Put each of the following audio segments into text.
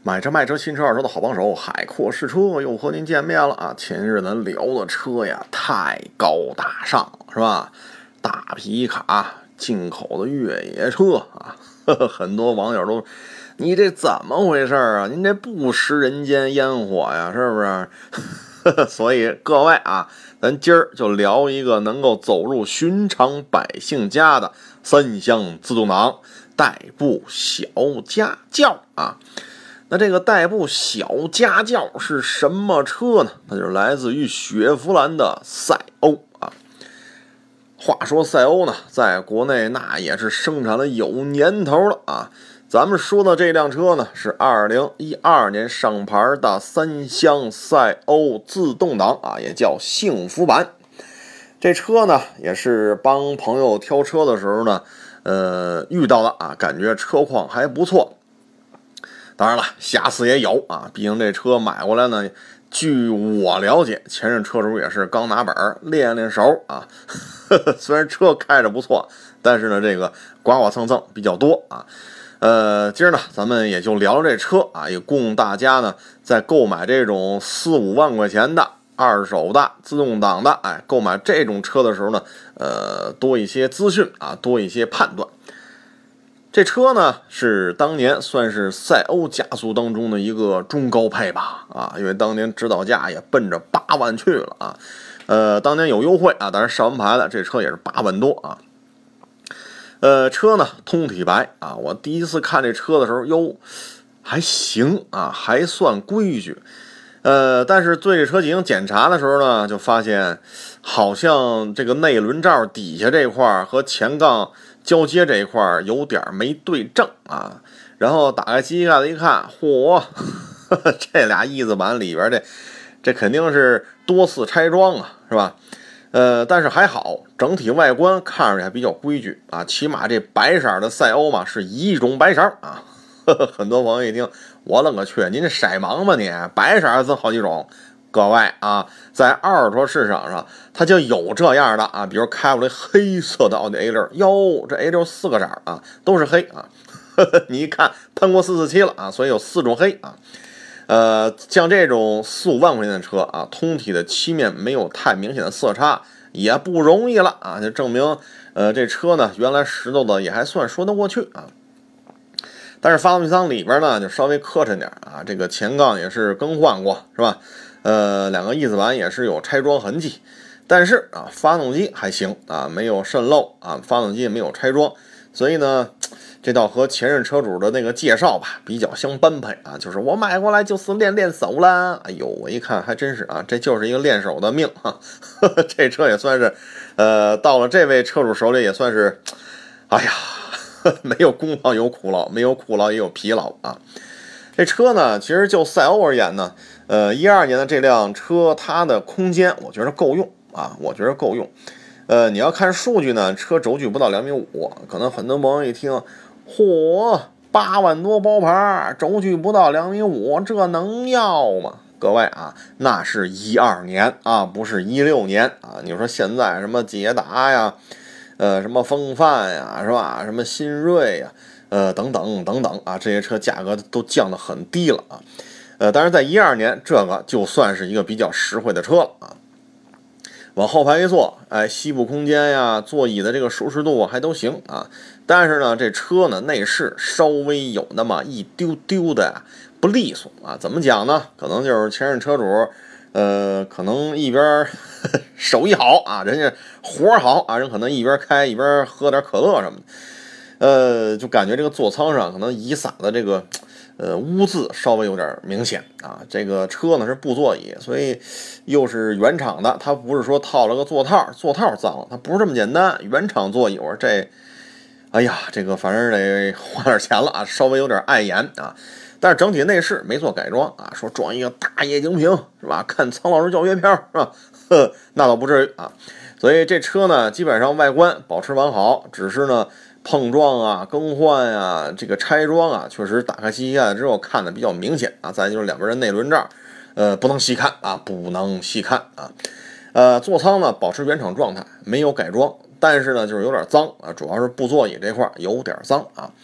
买车卖车新车二手的好帮手，海阔试车又和您见面了啊！前日咱聊的车呀，太高大上了，是吧？大皮卡，进口的越野车啊，很多网友都，你这怎么回事啊？您这不食人间烟火呀，是不是？所以各位啊，咱今儿就聊一个能够走入寻常百姓家的三厢自动挡代步小家轿啊。那这个代步小家轿是什么车呢？它就是来自于雪佛兰的赛欧啊。话说赛欧呢，在国内那也是生产了有年头了啊。咱们说的这辆车呢，是2012年上牌的三厢赛欧自动挡啊，也叫幸福版。这车呢，也是帮朋友挑车的时候呢，遇到了啊，感觉车况还不错。当然了，瑕疵也有啊，毕竟这车买过来呢，据我了解，前任车主也是刚拿本练练手啊。虽然车开着不错，但是呢，这个刮刮蹭蹭比较多啊。今儿呢，咱们也就聊聊这车啊，也供大家呢在购买这种4-5万块钱的二手的自动挡的，购买这种车的时候呢，多一些资讯啊，多一些判断。这车呢是当年算是赛欧家族当中的一个中高配吧啊，因为当年指导价也奔着8万去了啊。当年有优惠啊，当然上完牌了，这车也是8万多啊。车呢通体白啊，我第一次看这车的时候，哟，还行啊，还算规矩。但是对这车进行检查的时候呢，就发现好像这个内轮罩底下这块和前杠交接这一块有点没对正啊。然后打开机盖子一看，嚯，这俩翼子板里边这肯定是多次拆装啊，是吧？但是还好，整体外观看上去还比较规矩啊，起码这白色的赛欧嘛是一种白色啊。很多朋友一听，我勒个去，您这色盲吧你？白色分好几种。各位啊，在二手车市场上，它就有这样的啊，比如开过来黑色的奥迪 A6，哟，这 A6 4个色啊，都是黑啊。你一看喷过447了啊，所以有4种黑啊。像这种4-5万块钱的车啊，通体的漆面没有太明显的色差，也不容易了啊，就证明这车呢原来石头的也还算说得过去啊。但是发动机舱里边呢就稍微磕碜点啊，这个前杠也是更换过是吧？两个翼子板也是有拆装痕迹，但是啊发动机还行啊，没有渗漏啊，发动机也没有拆装，所以呢这倒和前任车主的那个介绍吧比较相般配啊，就是我买过来就是练手啦。哎呦，我一看还真是啊，这就是一个练手的命哈。这车也算是到了这位车主手里也算是，哎呀，没有功劳有苦劳，没有苦劳也有疲劳啊。这车呢，其实就赛欧而言呢，12年的这辆车它的空间我觉得够用啊，我觉得够用。你要看数据呢，车轴距不到2.5米，可能很多朋友一听，嚯，8万多包牌，轴距不到2.5米，这能要吗？各位啊，那是12年啊，不是16年啊。你说现在什么捷达呀，什么风范呀，是吧？什么新锐呀，等等等等啊，这些车价格都降得很低了啊。当然在12年，这个就算是一个比较实惠的车了啊。往后排一坐，膝部空间呀，座椅的这个舒适度还都行啊。但是呢，这车呢内饰稍微有那么一丢丢的不利索啊。怎么讲呢？可能就是前任车主，可能一边手艺好啊，人家活好啊，人可能一边开一边喝点可乐什么的，就感觉这个座舱上可能遗撒的这个。污渍稍微有点明显啊，这个车呢是布座椅，所以又是原厂的，它不是说套了个座套脏了，它不是这么简单。原厂座椅，我说这，哎呀，这个反正得花点钱了啊，稍微有点碍眼啊。但是整体内饰没做改装啊，说装一个大液晶屏是吧？看苍老师教学片是吧？那倒不至于啊。所以这车呢，基本上外观保持完好，只是呢。碰撞啊，更换啊，这个拆装啊，确实打开机器盖之后看的比较明显啊。再就是两边的内轮罩，不能细看啊，不能细看啊。座舱呢保持原厂状态，没有改装，但是呢就是有点脏啊，主要是布座椅这块有点脏啊。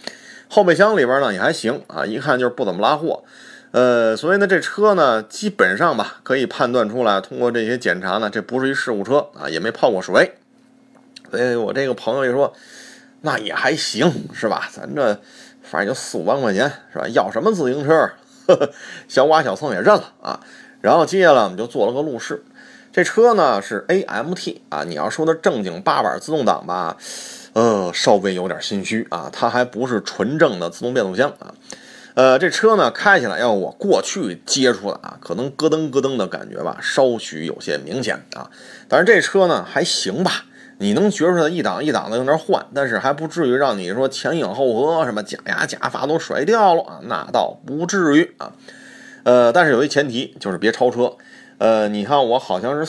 后备箱里边呢也还行啊，一看就是不怎么拉货。所以呢，这车呢基本上吧可以判断出来，通过这些检查呢，这不是一事故车啊，也没泡过水。所以我这个朋友一说，那也还行是吧？咱这反正就4、5万块钱是吧？要什么自行车？呵呵，小剐小蹭也认了啊。然后接下来我们就做了个路试。这车呢是 AMT 啊，你要说的正经8板自动挡吧，稍微有点心虚啊，它还不是纯正的自动变速箱啊。这车呢开起来要我过去接触的啊，可能咯噔咯噔的感觉吧，稍许有些明显啊。但是这车呢还行吧，你能觉出来一档一档的在那换，但是还不至于让你说前影后合，什么假牙假发都甩掉了啊，那倒不至于啊。但是有一前提，就是别超车。你看我好像是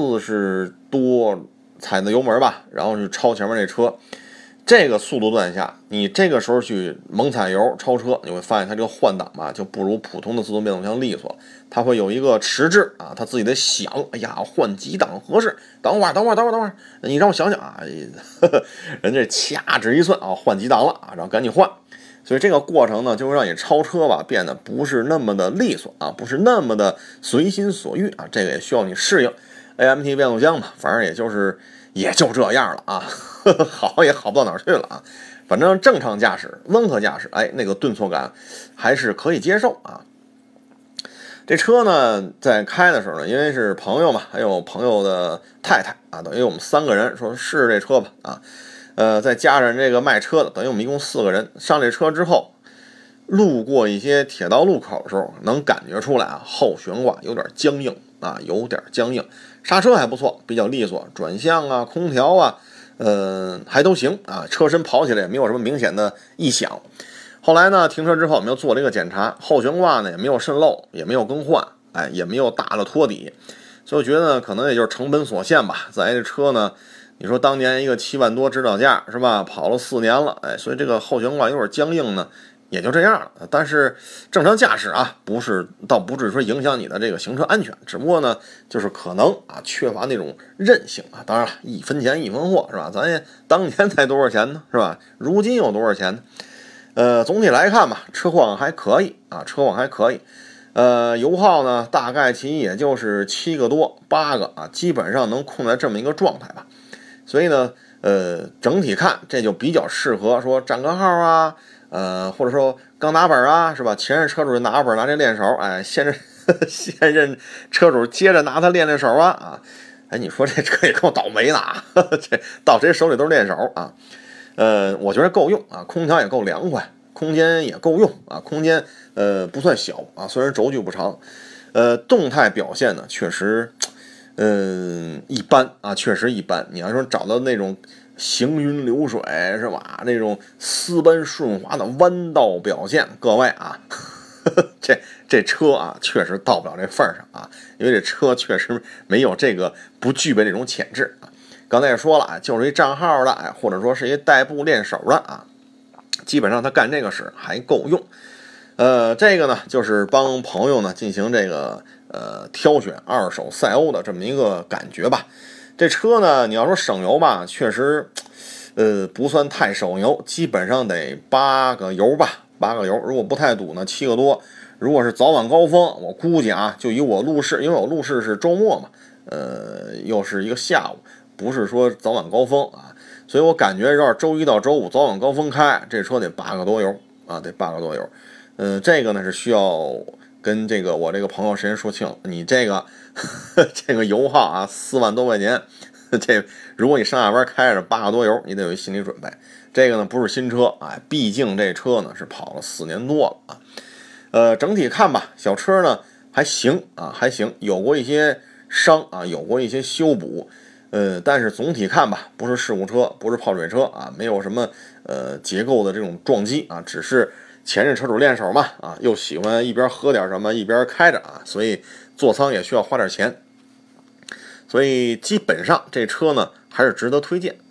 40多踩的油门吧，然后去超前面那车。这个速度段下，你这个时候去猛踩油超车，你会发现它这个换挡吧就不如普通的自动变速箱利索，它会有一个迟滞啊，它自己得想，哎呀，换几档合适？等会儿，你让我想想啊，人家掐指一算啊，换几档了啊，然后赶紧换。所以这个过程呢，就会让你超车吧变得不是那么的利索啊，不是那么的随心所欲啊，这个也需要你适应。AMT 变速箱嘛，反正也就这样了啊，好也好不到哪儿去了啊。反正正常驾驶、温和驾驶，哎，那个顿挫感还是可以接受啊。这车呢，在开的时候呢，因为是朋友嘛，还有朋友的太太啊，等于我们3个人说试这车吧啊。再加上这个卖车的，等于我们一共4个人。上这车之后，路过一些铁道路口的时候，能感觉出来啊，后悬挂有点僵硬啊，有点僵硬。刹车还不错，比较利索，转向啊、空调啊，还都行啊。车身跑起来也没有什么明显的异响。后来呢，停车之后我们又做了一个检查，后悬挂呢也没有渗漏，也没有更换，哎，也没有大的托底。所以我觉得呢，可能也就是成本所限吧。咱这车呢，你说当年一个7万多指导价是吧？跑了4年了，哎，所以这个后悬挂有点僵硬呢，也就这样了。但是正常驾驶啊，倒不至于说影响你的这个行车安全，只不过呢，就是可能啊缺乏那种韧性啊。当然了，1分钱1分货是吧？咱也当年才多少钱呢是吧？如今有多少钱呢？总体来看吧，车况还可以啊，车况还可以。油耗呢，大概其也就是7个多8个啊，基本上能控在这么一个状态吧。所以呢，整体看这就比较适合说占个号啊，或者说刚拿本啊，是吧？前任车主拿个本拿这练手，哎，现任车主接着拿它练手啊，哎，你说这车也够倒霉的啊，这到谁手里都是练手啊。我觉得够用啊，空调也够凉快，空间也够用啊，空间不算小啊，虽然轴距不长，动态表现呢确实。一般啊，确实一般。你要说找到那种行云流水是吧？那种丝般顺滑的弯道表现，各位啊，这车啊，确实到不了这份上啊，因为这车确实没有这个，不具备这种潜质啊。刚才也说了啊，就是一账号的，哎，或者说是一代步练手的啊，基本上他干这个事还够用。这个呢，就是帮朋友呢进行这个挑选二手赛欧的这么一个感觉吧。这车呢，你要说省油吧，确实不算太省油，基本上得8个油吧，8个油。如果不太堵呢，7个多。如果是早晚高峰，我估计啊，就以我路试，因为我路试是周末嘛，又是一个下午，不是说早晚高峰啊，所以我感觉要是周一到周五早晚高峰开，这车得8个多油啊，得8个多油。这个呢是需要跟我这个朋友先说清，你这个这个油耗啊，4万多块钱，这如果你上下班开着8个多油，你得有一心理准备。这个呢不是新车，哎，毕竟这车呢是跑了4年多了啊。整体看吧，小车呢还行啊，还行，有过一些伤啊，有过一些修补。但是总体看吧，不是事故车，不是泡水车啊，没有什么结构的这种撞击啊，只是前任车主练手嘛啊，又喜欢一边喝点什么一边开着啊，所以座舱也需要花点钱，所以基本上这车呢还是值得推荐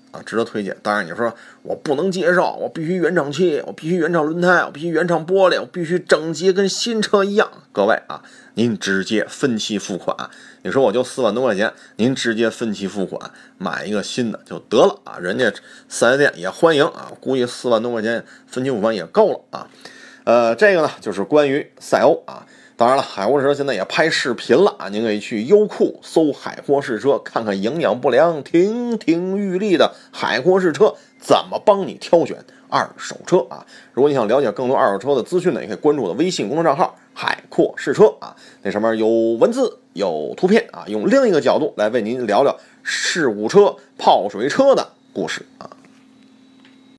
啊，值得推荐。当然你说我不能接受，我必须原厂漆，我必须原厂轮胎，我必须原厂玻璃，我必须整洁跟新车一样。各位啊，您直接分期付款，你说我就4万多块钱，您直接分期付款买一个新的就得了啊，人家4S店也欢迎啊，估计4万多块钱分期付款也够了啊。这个呢就是关于赛欧啊。当然了，海阔试车现在也拍视频了啊，您可以去优酷搜海阔试车，看看营养不良、亭亭玉立的海阔试车怎么帮你挑选二手车啊。如果你想了解更多二手车的资讯呢，也可以关注我的微信公众账号海阔试车啊，那上面有文字有图片啊，用另一个角度来为您聊聊事故车、泡水车的故事啊。